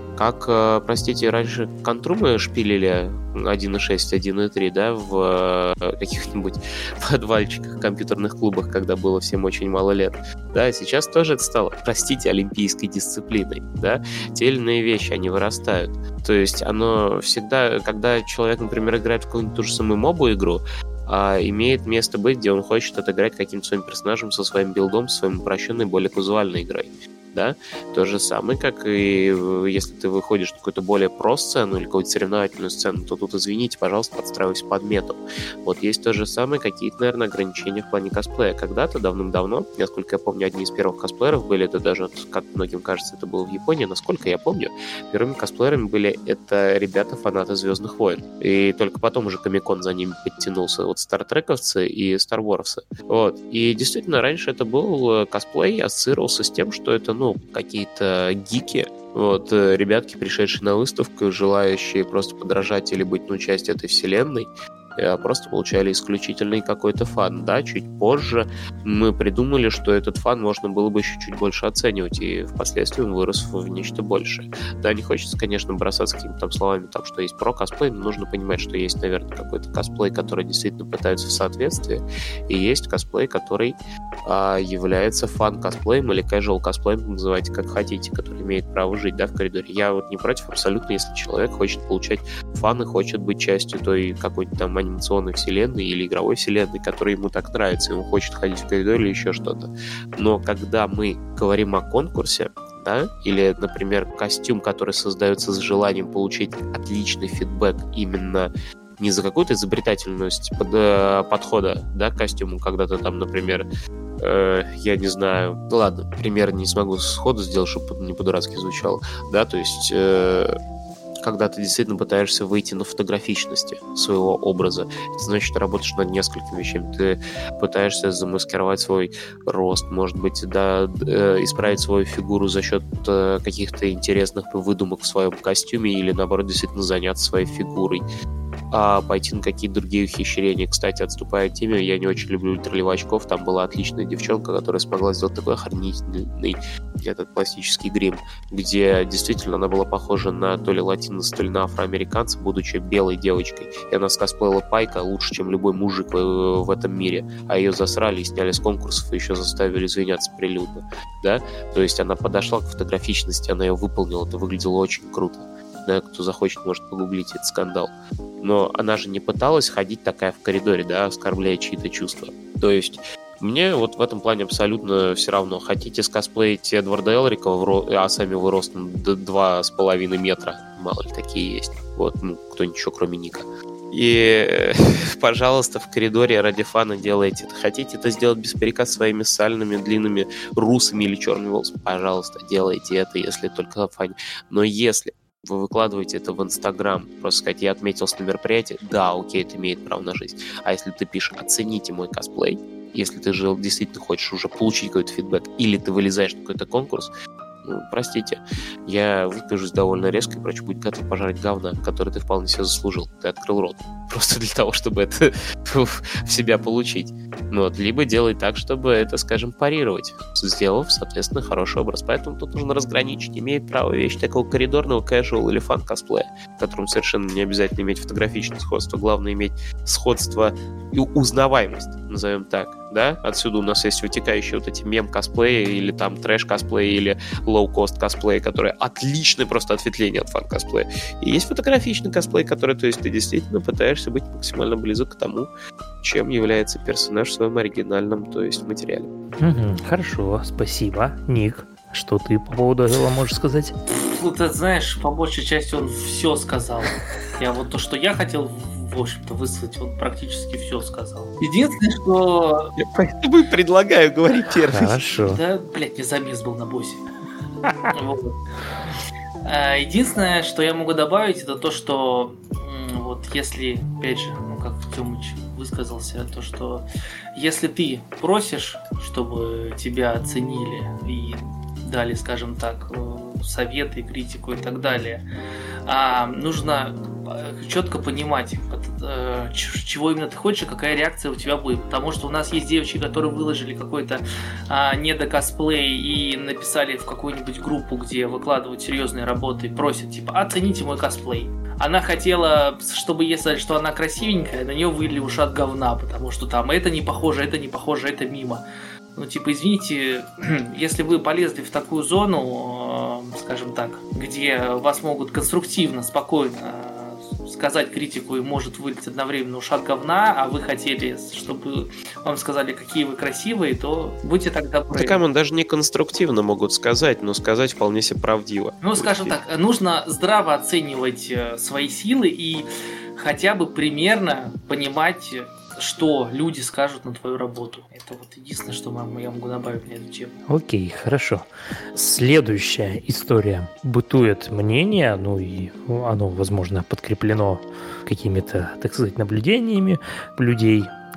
Как, простите, раньше контрумы шпилили один и шесть, один и три, да, в каких-нибудь подвальчиках, компьютерных клубах, когда было всем очень мало лет. Да, сейчас тоже это стало, простите, олимпийской дисциплиной, да. Те или иные вещи, они вырастают. То есть оно всегда, когда человек, например, играет в какую-нибудь ту же самую мобу-игру, а имеет место быть, где он хочет отыграть каким-то своим персонажем со своим билдом, со своей упрощенной, более казуальной игрой. Да? То же самое, как и если ты выходишь на какую-то более про-сцену или какую-то соревновательную сцену, то тут, извините, пожалуйста, подстраивайся под мету. Вот есть то же самое, какие-то, наверное, ограничения в плане косплея. Когда-то, давным-давно, насколько я помню, одни из первых косплееров были, это даже, как многим кажется, это было в Японии, насколько я помню, первыми косплеерами были это ребята-фанаты «Звездных войн». И только потом уже Комик-кон за ними подтянулся. Вот стартрековцы и старворовцы. Вот. И действительно, раньше это был косплей, ассоциировался с тем, что это, ну, какие-то гики, вот, ребятки, пришедшие на выставку, желающие просто подражать или быть, ну, частью этой вселенной. а просто получали исключительный какой-то фан. Да, чуть позже мы придумали, что этот фан можно было бы еще чуть больше оценивать, и впоследствии он вырос в нечто большее. Да, не хочется, конечно, бросаться какими-то там словами, там, что есть про-косплей, но нужно понимать, что есть, наверное, какой-то косплей, который действительно пытается в соответствии, и есть косплей, который а, является фан-косплеем или casual-косплеем, называйте как хотите, который имеет право жить, да, в коридоре. Я вот не против абсолютно, если человек хочет получать фан и хочет быть частью той какой-то там анимационной вселенной или игровой вселенной, которая ему так нравится, ему хочет ходить в коридоре или еще что-то. Но когда мы говорим о конкурсе, да, или, например, костюм, который создается с желанием получить отличный фидбэк именно не за какую-то изобретательность под, э, подхода, да, к костюму, когда ты там, например, э, я не знаю, ну ладно, пример не смогу сходу сделать, чтобы не по-дурацки звучало, да, то есть э, когда ты действительно пытаешься выйти на фотографичности своего образа. Это значит, ты работаешь над несколькими вещами. Ты пытаешься замаскировать свой рост, может быть, да, э, исправить свою фигуру за счет э, каких-то интересных выдумок в своем костюме или, наоборот, действительно заняться своей фигурой. А пойти на какие-то другие ухищрения. Кстати, отступая от темы, я не очень люблю ультралевачков. Там была отличная девчонка, которая смогла сделать такой охренительный этот пластический грим, где действительно она была похожа на то ли латиноса, то ли на афроамериканца, будучи белой девочкой. И она скосплеила Пайка лучше, чем любой мужик в, в этом мире. А ее засрали и сняли с конкурсов, и еще заставили извиняться прилюдно. Да? То есть она подошла к фотографичности, она ее выполнила, это выглядело очень круто. Да, кто захочет, может погуглить этот скандал. Но она же не пыталась ходить такая в коридоре, да, оскорбляя чьи-то чувства. То есть мне вот в этом плане абсолютно все равно. Хотите скосплеить Эдварда Элрика, а сами вы ростом два с половиной метра, мало ли такие есть. Вот, ну, кто-нибудь еще, кроме Ника. И, пожалуйста, в коридоре ради фана делайте это. Хотите это сделать без парика своими сальными, длинными, русыми или черными волосами? Пожалуйста, делайте это, если только в фане. Но если вы выкладываете это в Инстаграм, просто сказать, я отметился на мероприятии, да, окей, это имеет право на жизнь. А если ты пишешь, оцените мой косплей, если ты же действительно хочешь уже получить какой-то фидбэк, или ты вылезаешь на какой-то конкурс, ну, простите, я выскажусь довольно резко и прочь, будь готов пожрать говна, который ты вполне себе заслужил. Ты открыл рот. Просто для того, чтобы это в себя получить. Ну, вот, либо делай так, чтобы это, скажем, парировать, сделав, соответственно, хороший образ. Поэтому тут нужно разграничить. Имеет право вещь такого коридорного, casual или фан-косплея, в котором совершенно не обязательно иметь фотографичное сходство. Главное иметь сходство и узнаваемость, назовем так. Да? Отсюда у нас есть вытекающие вот эти мем-косплеи или там трэш-косплеи или лоу-кост косплей, которые отличное просто ответвление от фан-косплея. И есть фотографичный косплей, который, то есть, ты действительно пытаешься быть максимально близок к тому, чем является персонаж в своем оригинальном, то есть, материале. Угу, хорошо, спасибо. Ник, что ты по поводу этого можешь сказать? Ну, ты знаешь, по большей части он все сказал. Я вот то, что я хотел, в общем-то, высказать, он практически все сказал. Единственное, что... Я поэтому предлагаю говорить первый. Хорошо. Да, блядь, мне замес был на боссе. Единственное, что я могу добавить, это то, что вот если, опять же, ну как Тёмыч высказался, то, что если ты просишь, чтобы тебя оценили и дали, скажем так, советы, критику и так далее, а нужно четко понимать, чего именно ты хочешь и какая реакция у тебя будет. Потому что у нас есть девочки, которые выложили какой-то а, недокосплей и написали в какую-нибудь группу, где выкладывают серьезные работы и просят, типа, оцените мой косплей. Она хотела, чтобы ей сказали, что она красивенькая, на нее вылили ушат говна, потому что там это не похоже, это не похоже, это мимо. Ну, типа, извините, если вы полезли в такую зону, скажем так, где вас могут конструктивно, спокойно сказать критику и может вылить одновременно ушат говна, а вы хотели, чтобы вам сказали, какие вы красивые, то будьте так добры. Так, он даже не конструктивно могут сказать, но сказать вполне себе правдиво. Ну, скажем так, нужно здраво оценивать свои силы и хотя бы примерно понимать, что люди скажут на твою работу. Это вот единственное, что я могу добавить на эту тему. Окей, хорошо. Следующая история. Бытует мнение, ну и оно, возможно, подкреплено какими-то, так сказать, наблюдениями людей,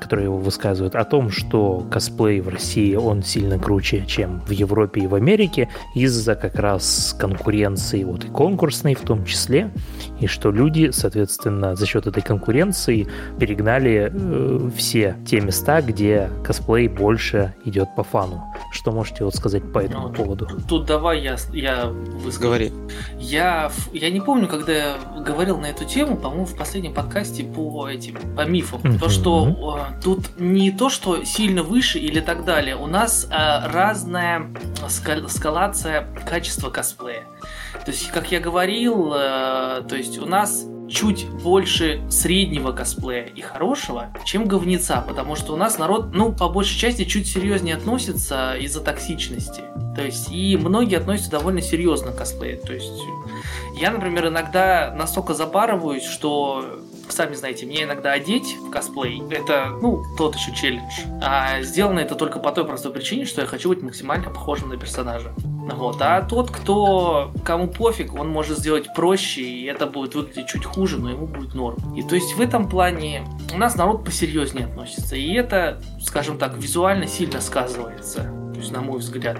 которые его высказывают, о том, что косплей в России, он сильно круче, чем в Европе и в Америке, из-за как раз конкуренции, вот и конкурсной в том числе, и что люди, соответственно, за счет этой конкуренции перегнали э, все те места, где косплей больше идет по фану. Что можете вот сказать по этому ну, поводу? Тут, тут давай я, я выскажу. Говори. Я, я не помню, когда я говорил на эту тему, по-моему, в последнем подкасте по этим, по мифам. Mm-hmm. То, что э, тут не то, что сильно выше или так далее. У нас э, разная скал- скалация качества косплея. То есть, как я говорил, э, то есть у нас чуть больше среднего косплея и хорошего, чем говнеца, потому что у нас народ, ну, по большей части, чуть серьезнее относится из-за токсичности. То есть, и многие относятся довольно серьезно к косплею. То есть, я, например, иногда настолько забарываюсь, что, сами знаете, мне иногда одеть в косплей, это, ну, тот еще челлендж. А сделано это только по той простой причине, что я хочу быть максимально похожим на персонажа. Вот. А тот, кто, кому пофиг, он может сделать проще, и это будет выглядеть чуть хуже, но ему будет норм. И то есть в этом плане у нас народ посерьезнее относится. И это, скажем так, визуально сильно сказывается, то есть, на мой взгляд,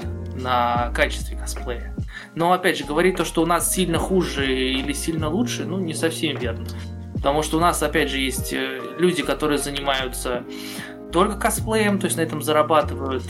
на качестве косплея. Но опять же, говорить то, что у нас сильно хуже или сильно лучше, ну, не совсем верно. Потому что у нас, опять же, есть люди, которые занимаются только косплеем, то есть на этом зарабатывают.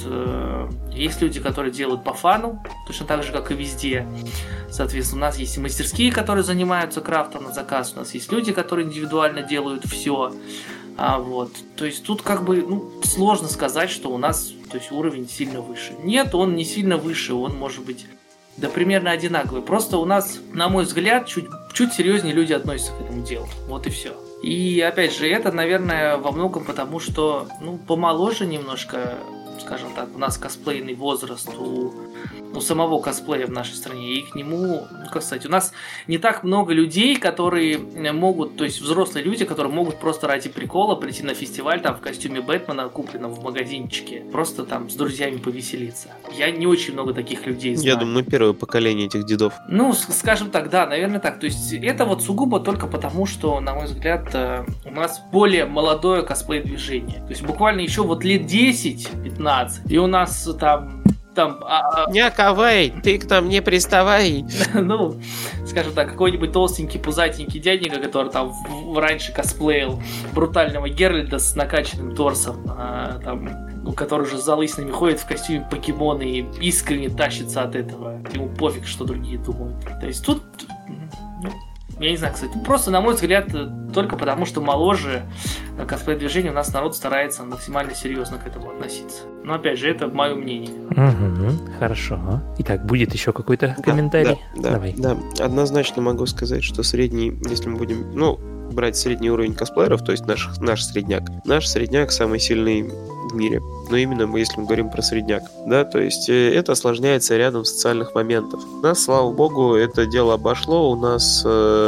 Есть люди, которые делают по фану, точно так же, как и везде. Соответственно, у нас есть и мастерские, которые занимаются крафтом на заказ. У нас есть люди, которые индивидуально делают все. А вот, то есть тут как бы, ну, сложно сказать, что у нас, то есть, уровень сильно выше. Нет, он не сильно выше, он может быть, да, примерно одинаковый. Просто у нас, на мой взгляд, чуть, чуть серьезнее люди относятся к этому делу. Вот и все. И опять же, это, наверное, во многом потому, что, ну, помоложе немножко, скажем так, у нас косплейный возраст у, у самого косплея в нашей стране, и к нему, ну, как сказать, у нас не так много людей, которые могут, то есть взрослые люди, которые могут просто ради прикола прийти на фестиваль там в костюме Бэтмена, купленном в магазинчике, просто там с друзьями повеселиться. Я не очень много таких людей знаю. Я думаю, мы первое поколение этих дедов. Ну, скажем так, да, наверное так. То есть это вот сугубо только потому, что, на мой взгляд, у нас более молодое косплей-движение. То есть буквально еще вот лет десять-пятнадцать, и у нас там... Там, а, не ковай, ты к нам не приставай. Ну, скажем так, какой-нибудь толстенький, пузатенький дяденька, который там в, в, раньше косплеил брутального Геральда с накачанным торсом, а, там, ну, который уже с залысинами ходит в костюме покемона и искренне тащится от этого. Ему пофиг, что другие думают. То есть тут, ну, я не знаю, кстати, просто, на мой взгляд, только потому, что моложе косплей-движение, у нас народ старается максимально серьезно к этому относиться. Но, опять же, это мое мнение. Угу, хорошо. Итак, будет еще какой-то да, комментарий? Да, Давай. Да, да, однозначно могу сказать, что средний, если мы будем, ну, брать средний уровень косплееров, то есть наш, наш средняк, наш средняк самый сильный в мире. Но именно мы, если мы говорим про средняк, да, то есть это осложняется рядом социальных моментов. Нас, слава богу, это дело обошло. У нас,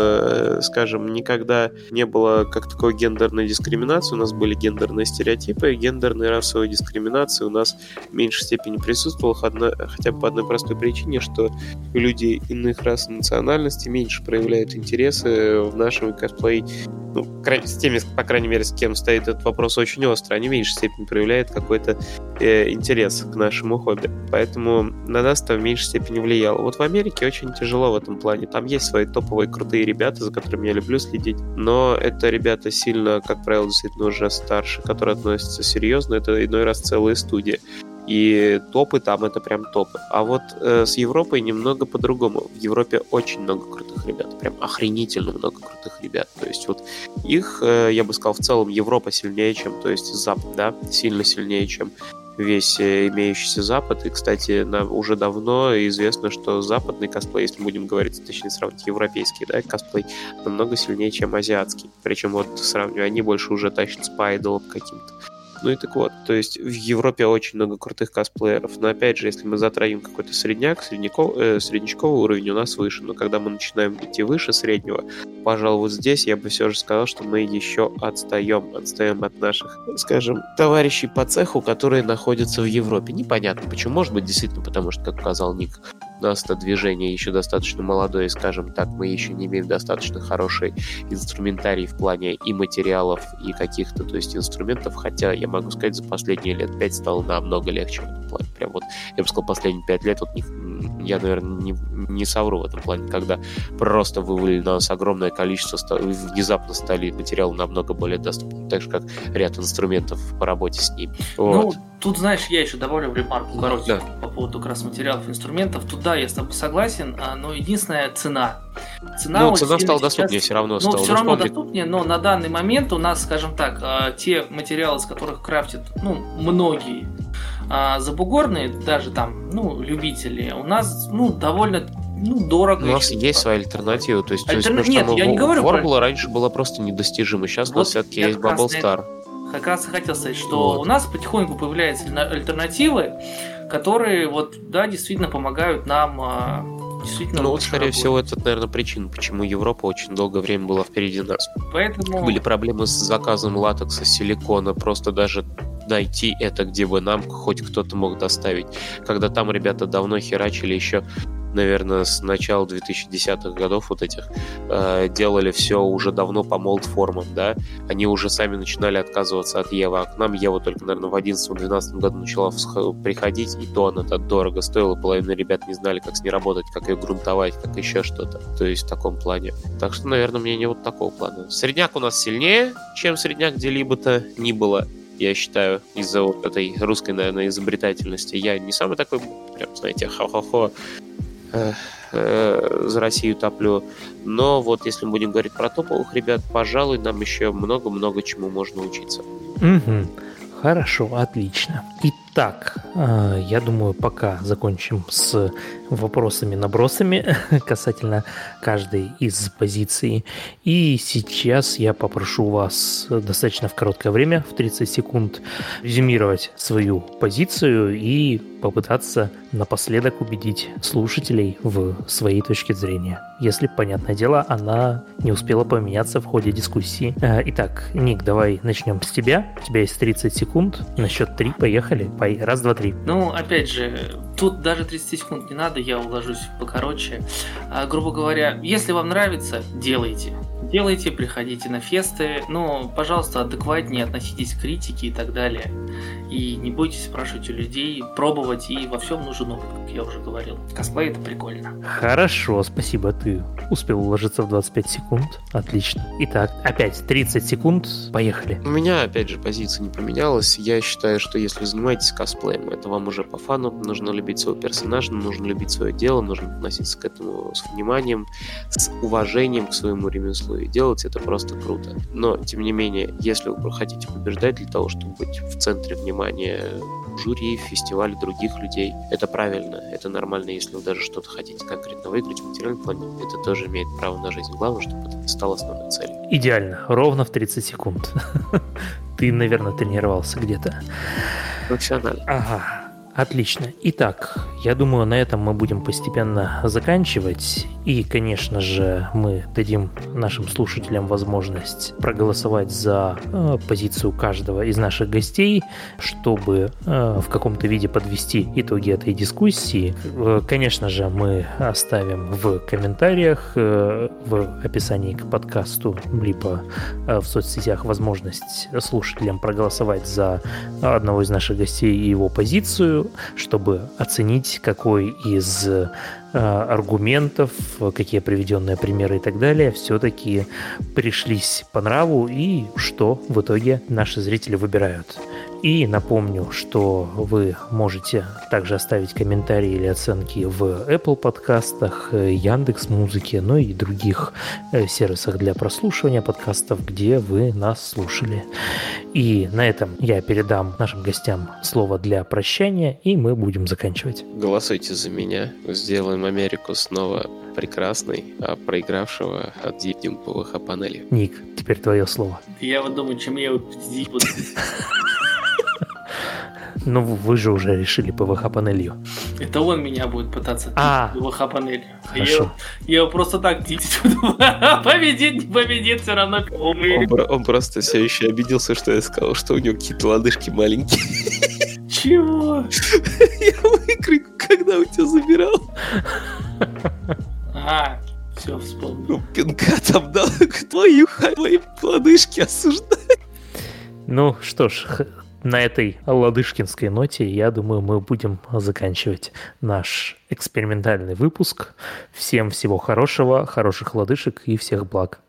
э, скажем, никогда не было как такой гендерной дискриминации. У нас были гендерные стереотипы, гендерной расовой дискриминации у нас в меньшей степени присутствовала, хотя бы по одной простой причине, что люди иных рас и национальностей меньше проявляют интересы в нашем косплей. Ну, с теми, по крайней мере, с кем стоит этот вопрос очень остро, они в меньшей степени проявляют какой-то э, интерес к нашему хобби. Поэтому на нас это в меньшей степени влияло. Вот в Америке очень тяжело в этом плане. Там есть свои топовые крутые ребята, за которыми я люблю следить. Но это ребята сильно, как правило, действительно уже старше, которые относятся серьезно. Это иной раз целые студии. И топы там это прям топы. А вот э, с Европой немного по-другому. В Европе очень много крутых ребят. Прям охренительно много крутых ребят. То есть вот их, э, я бы сказал, в целом Европа сильнее, чем, то есть Запад, да, сильно сильнее, чем весь э, имеющийся Запад. И, кстати, нам уже давно известно, что западный косплей, если будем говорить, точнее сравнить европейский, да, косплей, намного сильнее, чем азиатский. Причем вот сравнивая, они больше уже тащатся по айдолам каким-то. Ну и так вот, то есть в Европе очень много крутых косплееров, но опять же, если мы затронем какой-то средняк, средняков, э, среднячковый уровень у нас выше, но когда мы начинаем идти выше среднего, пожалуй, вот здесь я бы все же сказал, что мы еще отстаем, отстаем от наших, скажем, товарищей по цеху, которые находятся в Европе. Непонятно почему, может быть, действительно потому что, как указал Ник, нас это движение еще достаточно молодое, скажем так, мы еще не имеем достаточно хороший инструментарий в плане и материалов, и каких-то, то есть, инструментов, хотя я могу сказать, за последние лет пять стало намного легче в этом плане. Прям вот, я бы сказал, последние пять лет, вот не, я, наверное, не, не совру в этом плане, когда просто вывалили на нас огромное количество, внезапно стали материалы намного более доступны, так же, как ряд инструментов по работе с ними. Вот. Ну, тут, знаешь, я еще добавлю в ремарку, короче, да. по поводу как раз материалов, инструментов. Тут, да, я с тобой согласен, но единственная цена. Цена, ну, вот цена стала сейчас, доступнее все равно. Ну, стала. все ну, равно вспомни... доступнее, но на данный момент у нас, скажем так, те материалы, из которых крафтят, ну, многие забугорные, даже там, ну, любители, у нас, ну, довольно ну, дорого. У нас еще. есть своя альтернатива. То есть, Альтерна... то есть Нет, я не говорю Warble про... раньше была просто недостижима. Сейчас вот у нас все-таки есть Bubble Star. Как раз и хотел сказать, что вот. У нас потихоньку появляются альтернативы, которые вот, да, действительно помогают нам действительно. Ну вот, скорее работать. всего, это, наверное, причина, почему Европа очень долгое время была впереди нас. Поэтому... Были проблемы с заказом латекса, силикона, просто даже найти это, где бы нам хоть кто-то мог доставить. Когда там ребята давно херачили еще, наверное, с начала две тысячи десятых годов вот этих, э, делали все уже давно по молд-формам, да, они уже сами начинали отказываться от Евы, а к нам Ева только, наверное, в одиннадцатом-двенадцатом году начала приходить, и то она так дорого стоила, половина ребят не знали, как с ней работать, как ее грунтовать, как еще что-то, то есть в таком плане. Так что, наверное, мнение вот такого плана. Средняк у нас сильнее, чем средняк где-либо-то ни было. Я считаю, из-за вот этой русской, наверное, изобретательности. Я не самый такой, прям, знаете, хо-хо-хо, э, э, за Россию топлю. Но вот если мы будем говорить про топовых ребят, пожалуй, нам еще много-много чему можно учиться. Угу. Хорошо, отлично. Итак, я думаю, пока закончим с вопросами-набросами касательно каждой из позиций. И сейчас я попрошу вас достаточно в короткое время, в тридцать секунд, резюмировать свою позицию и попытаться напоследок убедить слушателей в своей точке зрения. Если, понятное дело, она не успела поменяться в ходе дискуссии. Итак, Ник, давай начнем с тебя. У тебя есть тридцать секунд. На счет три поехали. Раз, два, три. Ну, опять же, тут даже тридцать секунд не надо, я уложусь покороче. А, грубо говоря, если вам нравится, делайте. Делайте, приходите на фесты, но, пожалуйста, адекватнее относитесь к критике и так далее. И не бойтесь спрашивать у людей, пробовать, и во всем нужен опыт, как я уже говорил. Косплей — это прикольно. Хорошо, спасибо, ты успел уложиться в двадцать пять секунд. Отлично. Итак, опять тридцать секунд, поехали. У меня, опять же, позиция не поменялась. Я считаю, что если занимаетесь косплеем, это вам уже по фану, нужно любить своего персонажа, нужно любить свое дело, нужно относиться к этому с вниманием, с уважением к своему ремеслу. И делать это просто круто. Но, тем не менее, если вы хотите побеждать для того, чтобы быть в центре внимания жюри, фестиваля, других людей, это правильно, это нормально. Если вы даже что-то хотите конкретно выиграть в материальном плане, это тоже имеет право на жизнь. Главное, чтобы это стало основной целью. Идеально, ровно в тридцать секунд. Ты, наверное, тренировался где-то. Профессионально. Ага. Отлично. Итак, я думаю, на этом мы будем постепенно заканчивать. И, конечно же, мы дадим нашим слушателям возможность проголосовать за э, позицию каждого из наших гостей, чтобы э, в каком-то виде подвести итоги этой дискуссии. Э, конечно же, мы оставим в комментариях, э, в описании к подкасту, либо э, в соцсетях возможность слушателям проголосовать за одного из наших гостей и его позицию, чтобы оценить, какой из э, аргументов, какие приведенные примеры и так далее все-таки пришлись по нраву и что в итоге наши зрители выбирают. И напомню, что вы можете также оставить комментарии или оценки в Apple подкастах, Яндекс.Музыке, ну и других сервисах для прослушивания подкастов, где вы нас слушали. И на этом я передам нашим гостям слово для прощания, и мы будем заканчивать. Голосуйте за меня. Сделаем Америку снова прекрасной, а проигравшего отъедем по ВХ-панели. Ник, теперь твое слово. Я вот думаю, чем я победить буду. Ну, вы же уже решили ПВХ-панелью. Это он меня будет пытаться а, ПВХ-панелью. Хорошо. Я, я его просто так титить буду. Победит, не победит, все равно. Он, он просто все еще обиделся, что я сказал, что у него какие-то лодыжки маленькие. Чего? Я выкройку, когда у тебя забирал. А, все, вспомнил. Ну, пинка там дал, твою мои лодыжки осуждать. Ну что ж, на этой лодыжкинской ноте, я думаю, мы будем заканчивать наш экспериментальный выпуск. Всем всего хорошего, хороших лодыжек и всех благ.